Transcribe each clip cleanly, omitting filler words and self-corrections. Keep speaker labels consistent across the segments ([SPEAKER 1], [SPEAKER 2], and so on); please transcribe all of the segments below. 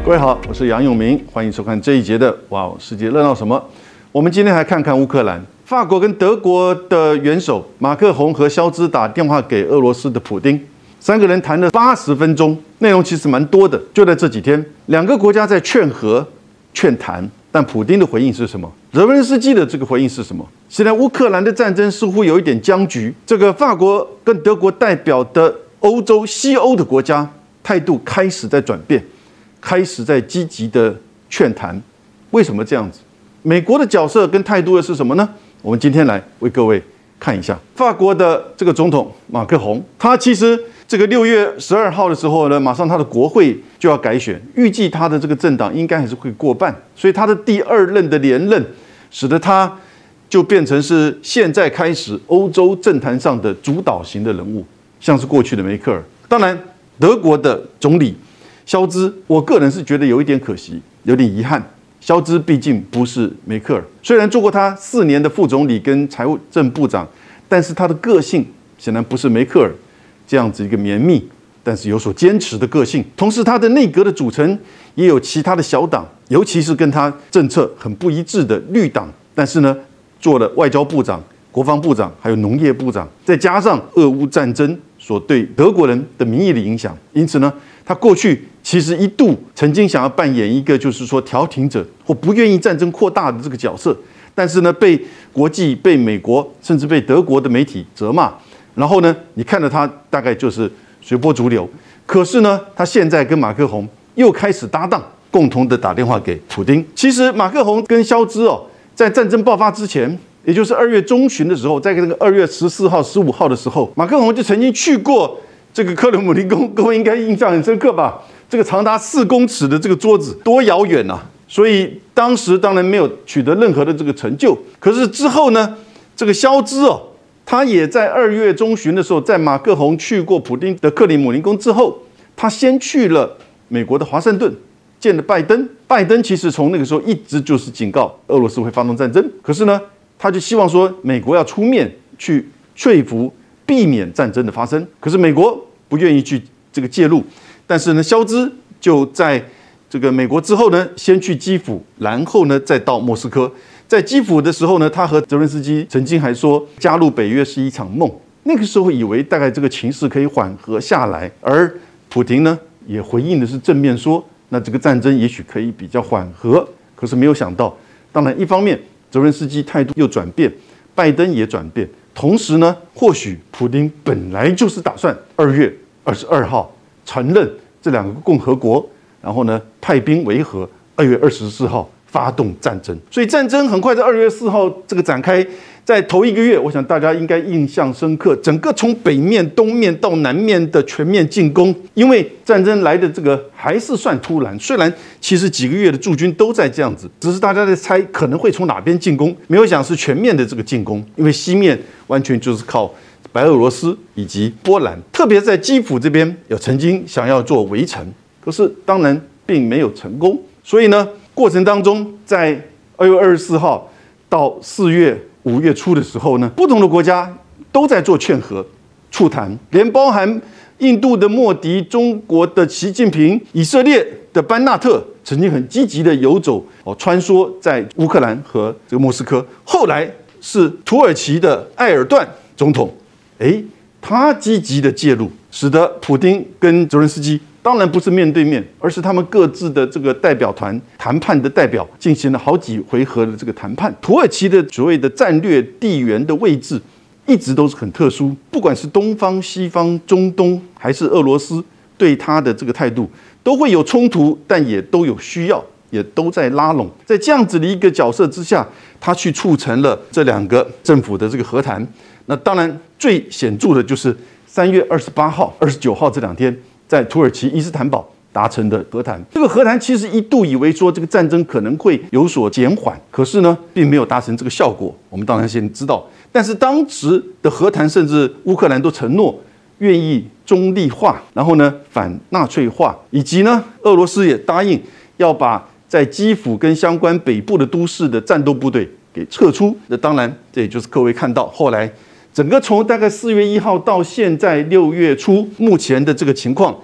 [SPEAKER 1] 各位好，我是杨永明，欢迎收看这一节的《哇，世界热闹什么》。我们今天来看看乌克兰，法国跟德国的元首马克宏和肖兹打电话给俄罗斯的普丁，三个人谈了80分钟，内容其实蛮多的。就在这几天，两个国家在劝和、劝谈，但普丁的回应是什么？泽连斯基的这个回应是什么？现在乌克兰的战争似乎有一点僵局，这个法国跟德国代表的欧洲、西欧的国家态度开始在转变。开始在积极的劝谈，为什么这样子？美国的角色跟态度又是什么呢？我们今天来为各位看一下。法国的这个总统马克宏，他其实这个6月12号的时候呢，马上他的国会就要改选，预计他的这个政党应该还是会过半，所以他的第2任的连任，使得他就变成是现在开始欧洲政坛上的主导型的人物，像是过去的梅克尔。当然，德国的总理肖兹，我个人是觉得有一点可惜，有点遗憾。肖兹毕竟不是梅克尔，虽然做过他4年的副总理跟财政部长，但是他的个性显然不是梅克尔这样子一个绵密，但是有所坚持的个性。同时，他的内阁的组成也有其他的小党，尤其是跟他政策很不一致的绿党，但是呢，做了外交部长、国防部长，还有农业部长，再加上俄乌战争所对德国人的民意的影响，因此呢，他过去其实一度曾经想要扮演一个就是说调停者或不愿意战争扩大的这个角色，但是呢，被国际、被美国甚至被德国的媒体责骂，然后呢，你看着他大概就是随波逐流。可是呢，他现在跟马克宏又开始搭档，共同的打电话给普丁。其实马克宏跟肖兹在战争爆发之前，也就是2月中旬的时候，在那个2月14号、15号的时候，马克宏就曾经去过这个克里姆林宫，各位应该印象很深刻吧？这个长达4公尺的这个桌子，多遥远啊！所以当时当然没有取得任何的这个成就。可是之后呢，这个肖兹他也在2月中旬的时候，在马克宏去过普丁的克里姆林宫之后，他先去了美国的华盛顿，见了拜登。拜登其实从那个时候一直就是警告俄罗斯会发动战争，可是呢，他就希望说美国要出面去说服，避免战争的发生。可是美国不愿意去这个介入。但是呢，肖兹就在这个美国之后呢，先去基辅，然后呢再到莫斯科。在基辅的时候呢，他和泽连斯基曾经还说，加入北约是一场梦。那个时候以为大概这个情势可以缓和下来，而普丁呢也回应的是正面说，那这个战争也许可以比较缓和。可是没有想到，当然一方面泽连斯基态度又转变，拜登也转变，同时呢，或许普丁本来就是打算2月22号。承认这2个共和国，然后呢派兵维和，2月24号发动战争。所以战争很快在2月4号这个展开，在头1个月，我想大家应该印象深刻，整个从北面、东面到南面的全面进攻。因为战争来的这个还是算突然，虽然其实几个月的驻军都在这样子，只是大家在猜可能会从哪边进攻，没有想是全面的这个进攻，因为西面完全就是靠白俄罗斯以及波兰，特别在基辅这边有曾经想要做围城，可是当然并没有成功。所以呢，过程当中，在2月24号到4月、5月初的时候呢，不同的国家都在做劝和、促谈，连包含印度的莫迪、中国的习近平、以色列的班纳特，曾经很积极的游走穿梭在乌克兰和这个莫斯科。后来是土耳其的埃尔段总统。他积极的介入，使得普丁跟泽连斯基当然不是面对面，而是他们各自的这个代表团谈判的代表进行了好几回合的这个谈判。土耳其的所谓的战略地缘的位置一直都是很特殊，不管是东方、西方、中东，还是俄罗斯对他的这个态度，都会有冲突，但也都有需要，也都在拉拢。在这样子的一个角色之下，他去促成了这2个政府的这个和谈。那当然最显著的就是3月28号、29号这2天，在土耳其伊斯坦堡达成的和谈。这个和谈其实一度以为说这个战争可能会有所减缓，可是呢，并没有达成这个效果。我们当然先知道，但是当时的和谈，甚至乌克兰都承诺愿意中立化，然后呢反纳粹化，以及呢俄罗斯也答应要把在基辅跟相关北部的都市的战斗部队给撤出。那当然，这也就是各位看到后来整个从大概4月1号到现在6月初，目前的这个情况，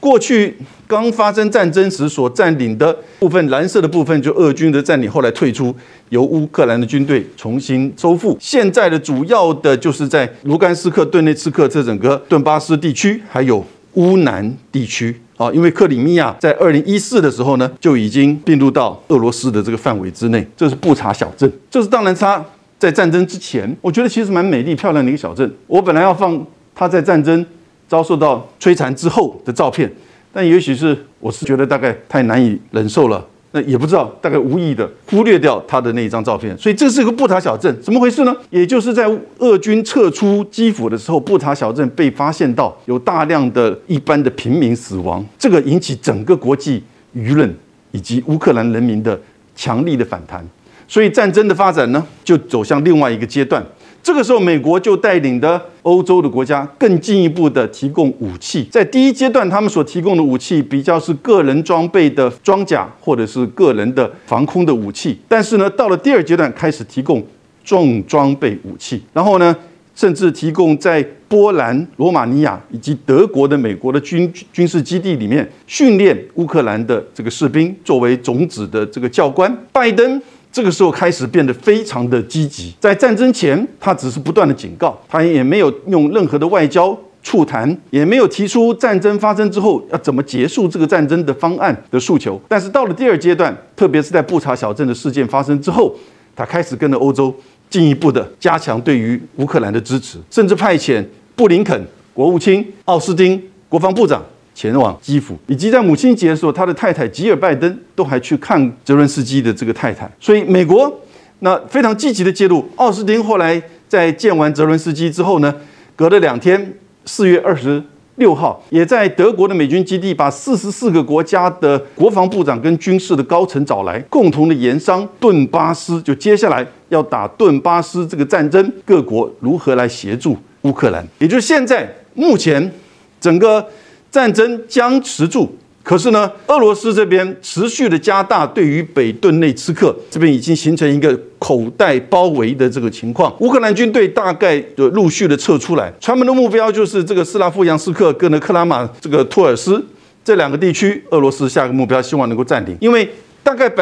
[SPEAKER 1] 过去刚发生战争时所占领的部分，蓝色的部分就俄军的占领，后来退出，由乌克兰的军队重新收复。现在的主要的就是在卢甘斯克、顿内茨克这整个顿巴斯地区，还有乌南地区。因为克里米亚在2014的时候呢，就已经并入到俄罗斯的这个范围之内。这是布查小镇，这是当然它在战争之前，我觉得其实蛮美丽漂亮的一个小镇。我本来要放它在战争遭受到摧残之后的照片，但也许是我是觉得大概太难以忍受了，那也不知道，大概无意的忽略掉他的那一张照片。所以这是个布查小镇，怎么回事呢？也就是在俄军撤出基辅的时候，布查小镇被发现到有大量的一般的平民死亡，这个引起整个国际舆论以及乌克兰人民的强力的反弹。所以战争的发展呢，就走向另外一个阶段。这个时候，美国就带领的欧洲的国家更进一步的提供武器。在第一阶段，他们所提供的武器比较是个人装备的装甲或者是个人的防空的武器。但是呢，到了第二阶段，开始提供重装备武器，然后呢，甚至提供在波兰、罗马尼亚以及德国的美国的军事基地里面训练乌克兰的这个士兵，作为种子的这个教官。拜登这个时候开始变得非常的积极，在战争前，他只是不断的警告，他也没有用任何的外交促谈，也没有提出战争发生之后要怎么结束这个战争的方案的诉求。但是到了第二阶段，特别是在布查小镇的事件发生之后，他开始跟着欧洲进一步的加强对于乌克兰的支持，甚至派遣布林肯国务卿、奥斯汀国防部长前往基辅，以及在母亲节的时候，他的太太吉尔拜登都还去看泽伦斯基的这个太太。所以美国那非常积极的介入。奥斯汀后来在见完泽伦斯基之后呢，隔了2天，4月26号，也在德国的美军基地把44个国家的国防部长跟军事的高层找来，共同的研商顿巴斯，就接下来要打顿巴斯这个战争，各国如何来协助乌克兰。也就是现在目前整个战争僵持住，可是呢，俄罗斯这边持续的加大对于北顿内茨克这边已经形成一个口袋包围的这个情况。乌克兰军队大概就陆续的撤出来，他们的目标就是这个斯拉夫扬斯克跟克拉马这个托尔斯这2个地区，俄罗斯下个目标希望能够占领，因为大概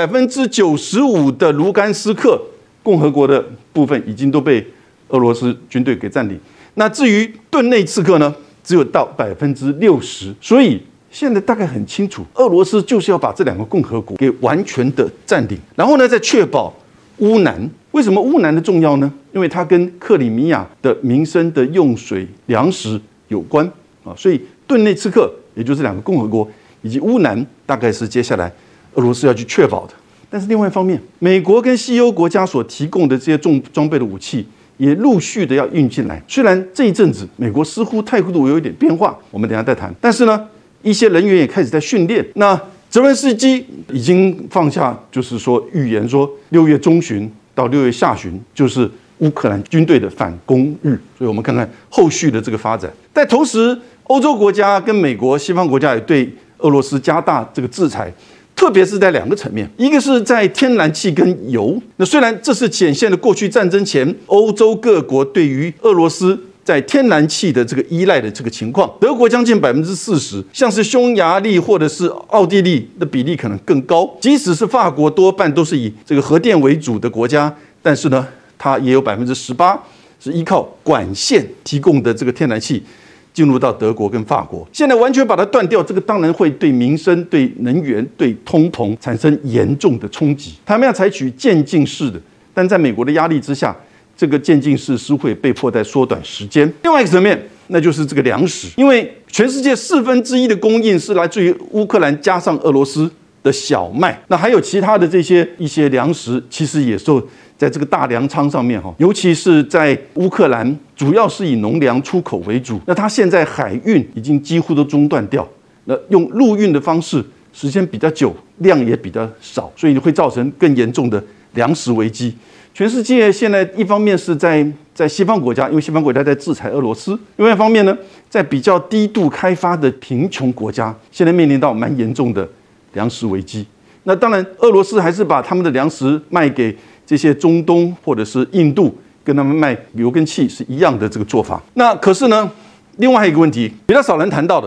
[SPEAKER 1] 95%的卢甘斯克共和国的部分已经都被俄罗斯军队给占领。那至于顿内茨克呢，只有到60%，所以现在大概很清楚，俄罗斯就是要把这2个共和国给完全的占领，然后呢，再确保乌南。为什么乌南的重要呢？因为它跟克里米亚的民生的用水、粮食有关啊，所以顿内茨克，也就是2个共和国以及乌南，大概是接下来俄罗斯要去确保的。但是另外一方面，美国跟西欧国家所提供的这些重装备的武器，也陆续的要运进来。虽然这一阵子美国似乎态度有一点变化，我们等一下再谈。但是呢，一些人员也开始在训练。那泽伦斯基已经放下，就是说预言说6月中旬到6月下旬就是乌克兰军队的反攻日。所以我们看看后续的这个发展。但同时，欧洲国家跟美国西方国家也对俄罗斯加大这个制裁。特别是在2个层面，一个是在天然气跟油。那虽然这是显现了过去战争前欧洲各国对于俄罗斯在天然气的这个依赖的这个情况，德国将近40%，像是匈牙利或者是奥地利的比例可能更高。即使是法国，多半都是以这个核电为主的国家，但是呢，它也有18%是依靠管线提供的这个天然气。进入到德国跟法国，现在完全把它断掉，这个当然会对民生、对能源、对通膨产生严重的冲击。他们要采取渐进式的，但在美国的压力之下，这个渐进式是会被迫在缩短时间。另外一个层面，那就是这个粮食，因为全世界1/4的供应是来自于乌克兰加上俄罗斯的小麦，那还有其他的这些一些粮食，其实也受在这个大粮仓上面哈，尤其是在乌克兰，主要是以农粮出口为主。那它现在海运已经几乎都中断掉，那用陆运的方式，时间比较久，量也比较少，所以会造成更严重的粮食危机。全世界现在一方面是在西方国家，因为西方国家在制裁俄罗斯；另外一方面呢，在比较低度开发的贫穷国家，现在面临到蛮严重的粮食危机。那当然，俄罗斯还是把他们的粮食卖给这些中东或者是印度，跟他们卖油跟气是一样的这个做法。那可是呢，另外一个问题比较少人谈到的，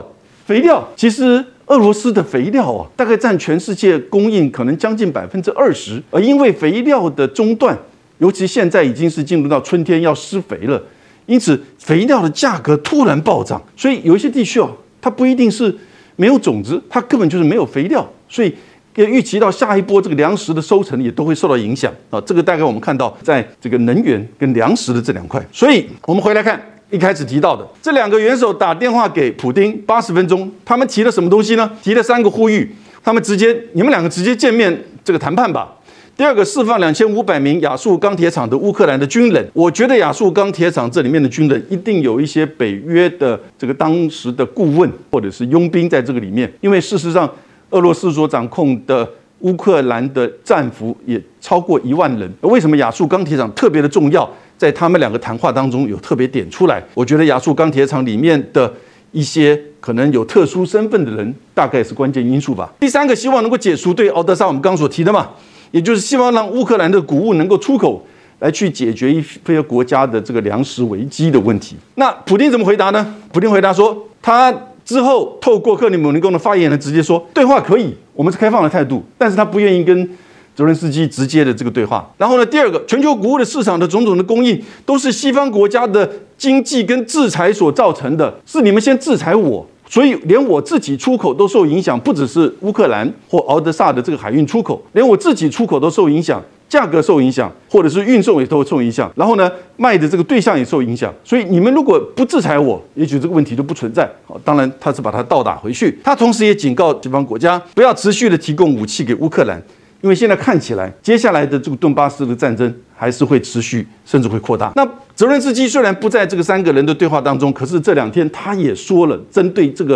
[SPEAKER 1] 肥料其实俄罗斯的肥料大概占全世界供应可能将近20%，而因为肥料的中断，尤其现在已经是进入到春天要施肥了，因此肥料的价格突然暴涨，所以有一些地区它不一定是没有种子，它根本就是没有肥料，所以预期到下一波这个粮食的收成也都会受到影响这个大概我们看到在这个能源跟粮食的这两块，所以我们回来看。一开始提到的这两个元首打电话给普丁80分钟，他们提了什么东西呢？提了3个呼吁，你们两个直接见面这个谈判吧。第二个，释放2500名亚速钢铁厂的乌克兰的军人。我觉得亚速钢铁厂这里面的军人一定有一些北约的这个当时的顾问或者是佣兵在这个里面，因为事实上俄罗斯所掌控的乌克兰的战俘也超过1万人。为什么亚速钢铁厂特别的重要？在他们两个谈话当中有特别点出来，我觉得亚速钢铁厂里面的一些可能有特殊身份的人，大概是关键因素吧。第三个，希望能够解除对敖德萨我们刚刚所提的嘛，也就是希望让乌克兰的谷物能够出口，来去解决一些国家的这个粮食危机的问题。那普丁怎么回答呢？普丁回答说，他之后透过克里姆林宫的发言人直接说，对话可以，我们是开放的态度，但是他不愿意跟泽连斯基直接的这个对话。然后呢，第二个，全球谷物的市场的种种的供应都是西方国家的经济跟制裁所造成的，是你们先制裁我，所以连我自己出口都受影响，不只是乌克兰或敖德萨的这个海运出口，连我自己出口都受影响，价格受影响，或者是运送也都受影响，然后呢，卖的这个对象也受影响。所以你们如果不制裁我，也许这个问题就不存在。当然他是把它倒打回去。他同时也警告西方国家不要持续的提供武器给乌克兰。因为现在看起来，接下来的这个顿巴斯的战争还是会持续，甚至会扩大。那泽连斯基虽然不在这个3个人的对话当中，可是这2天他也说了，针对这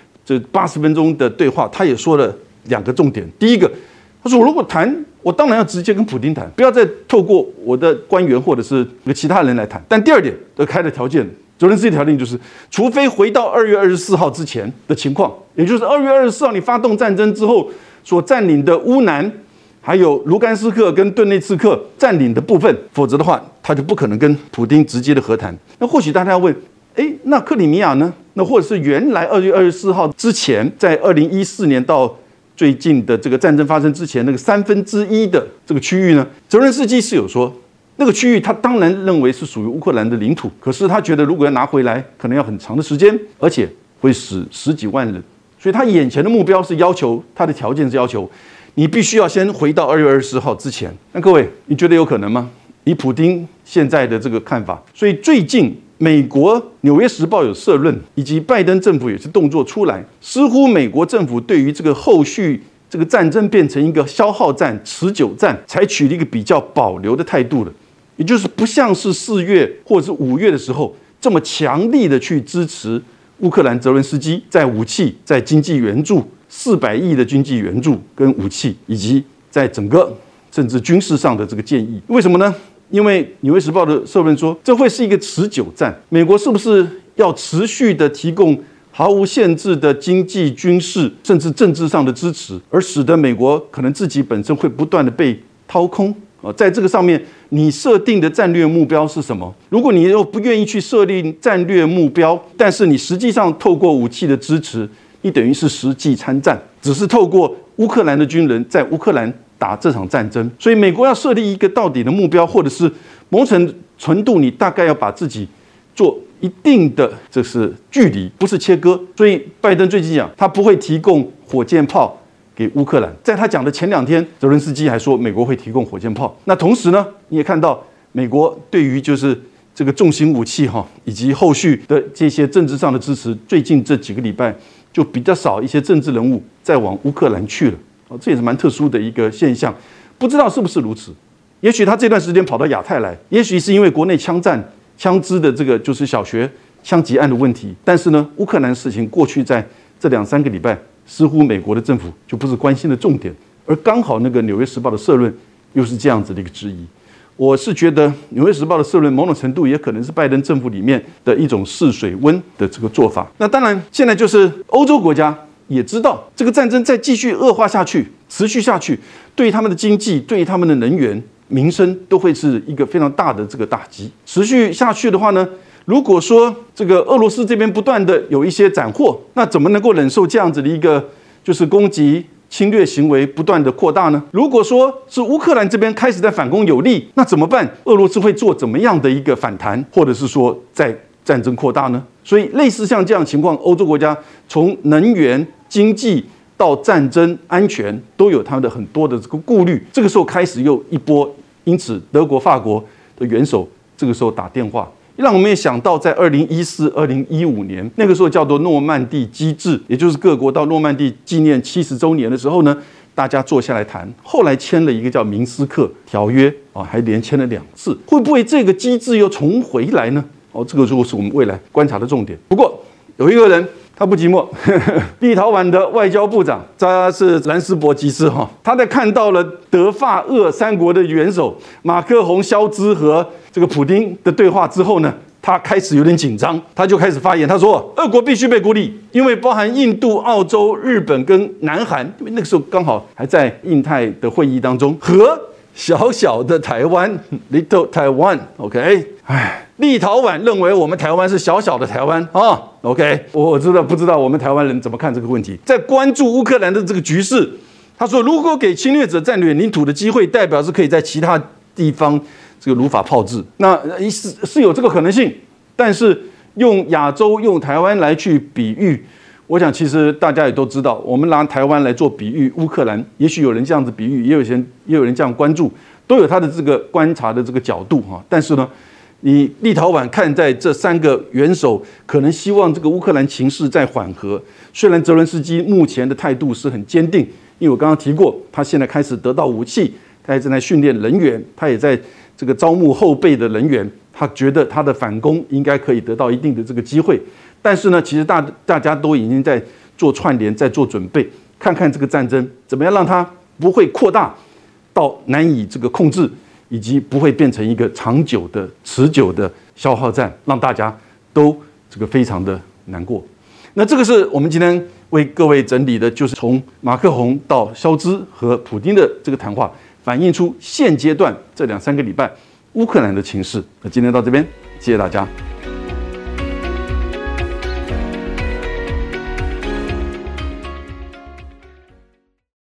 [SPEAKER 1] 80分钟的对话，他也说了2个重点。第一个，他说我如果谈，我当然要直接跟普丁谈，不要再透过我的官员或者是其他人来谈。但第二点，开的条件，泽连斯基条件就是，除非回到2月24号之前的情况，也就是2月24号你发动战争之后所占领的乌南。还有卢甘斯克跟顿内茨克占领的部分，否则的话，他就不可能跟普丁直接的和谈。那或许大家要问，那克里米亚呢？那或者是原来2月24号之前，在2014年到最近的这个战争发生之前，那个1/3的这个区域呢？泽连斯基是有说，那个区域他当然认为是属于乌克兰的领土，可是他觉得如果要拿回来，可能要很长的时间，而且会死10几万人。所以他眼前的目标是要求，他的条件是要求。你必须要先回到2月24号之前。那各位，你觉得有可能吗？以普丁现在的这个看法，所以最近美国《纽约时报》有社论，以及拜登政府也是动作出来，似乎美国政府对于这个后续这个战争变成一个消耗战、持久战，采取了一个比较保留的态度了，也就是不像是4月或者是5月的时候这么强力的去支持乌克兰泽连斯基在武器、在经济援助。400亿的经济援助跟武器，以及在整个甚至军事上的这个建议，为什么呢？因为《纽约时报》的社论说，这会是一个持久战。美国是不是要持续的提供毫无限制的经济、军事，甚至政治上的支持，而使得美国可能自己本身会不断的被掏空？在这个上面，你设定的战略目标是什么？如果你又不愿意去设定战略目标，但是你实际上透过武器的支持，你等于是实际参战，只是透过乌克兰的军人在乌克兰打这场战争。所以美国要设立一个到底的目标，或者是某种程度，你大概要把自己做一定的这是距离，不是切割。所以拜登最近讲，他不会提供火箭炮给乌克兰。在他讲的前2天，泽连斯基还说美国会提供火箭炮。那同时呢，你也看到美国对于就是这个重型武器以及后续的这些政治上的支持，最近这几个礼拜就比较少一些政治人物再往乌克兰去了。这也是蛮特殊的一个现象，不知道是不是如此。也许他这段时间跑到亚太来，也许是因为国内枪战、枪支的这个就是小学枪击案的问题。但是呢，乌克兰事情过去在这2-3个礼拜，似乎美国的政府就不是关心的重点，而刚好那个《纽约时报》的社论又是这样子的一个质疑。我是觉得《纽约时报》的社论某种程度也可能是拜登政府里面的一种试水温的这个做法。那当然，现在就是欧洲国家也知道这个战争再继续恶化下去、持续下去，对他们的经济、对他们的能源、民生都会是一个非常大的这个打击。持续下去的话呢， 如果说这个俄罗斯这边不断的有一些斩获，那怎么能够忍受这样子的一个就是攻击侵略行为不断的扩大呢？如果说是乌克兰这边开始在反攻有力，那怎么办？俄罗斯会做怎么样的一个反弹，或者是说在战争扩大呢？所以类似像这样的情况，欧洲国家从能源、经济到战争、安全都有他们的很多的这个顾虑。这个时候开始又一波，因此德国、法国的元首这个时候打电话，让我们也想到在2014、2015年那个时候叫做诺曼底机制，也就是各国到诺曼底纪念70周年的时候呢，大家坐下来谈，后来签了一个叫明斯克条约啊，还连签了2次，会不会这个机制又重回来呢？这个就是我们未来观察的重点。不过有一个人他不寂寞，立陶宛的外交部长他是兰斯伯吉斯哈，他在看到了德法俄3国的元首马克宏、肖兹和这个普丁的对话之后呢，他开始有点紧张，他就开始发言，他说俄国必须被孤立，因为包含印度、澳洲、日本跟南韩，因为那个时候刚好还在印太的会议当中，和小小的台湾 Little Taiwan OK， 立陶宛认为我们台湾是小小的台湾啊 OK， 我不知道我们台湾人怎么看这个问题。在关注乌克兰的这个局势，他说如果给侵略者占领领土的机会，代表是可以在其他地方这个如法炮制，那是有这个可能性，但是用亚洲用台湾来去比喻，我想其实大家也都知道，我们拿台湾来做比喻，乌克兰也许有人这样子比喻，也有人这样关注，都有他的这个观察的这个角度哈。但是呢，你立陶宛看在这3个元首可能希望这个乌克兰情势在缓和，虽然泽伦斯基目前的态度是很坚定，因为我刚刚提过，他现在开始得到武器，他也正在训练人员，他也在这个招募后备的人员，他觉得他的反攻应该可以得到一定的这个机会。但是呢，其实大家都已经在做串联，在做准备，看看这个战争怎么样让它不会扩大到难以这个控制，以及不会变成一个长久的、持久的消耗战，让大家都这个非常的难过。那这个是我们今天为各位整理的，就是从马克宏到肖兹和普丁的这个谈话，反映出现阶段这2-3个礼拜乌克兰的情势。那今天到这边，谢谢大家。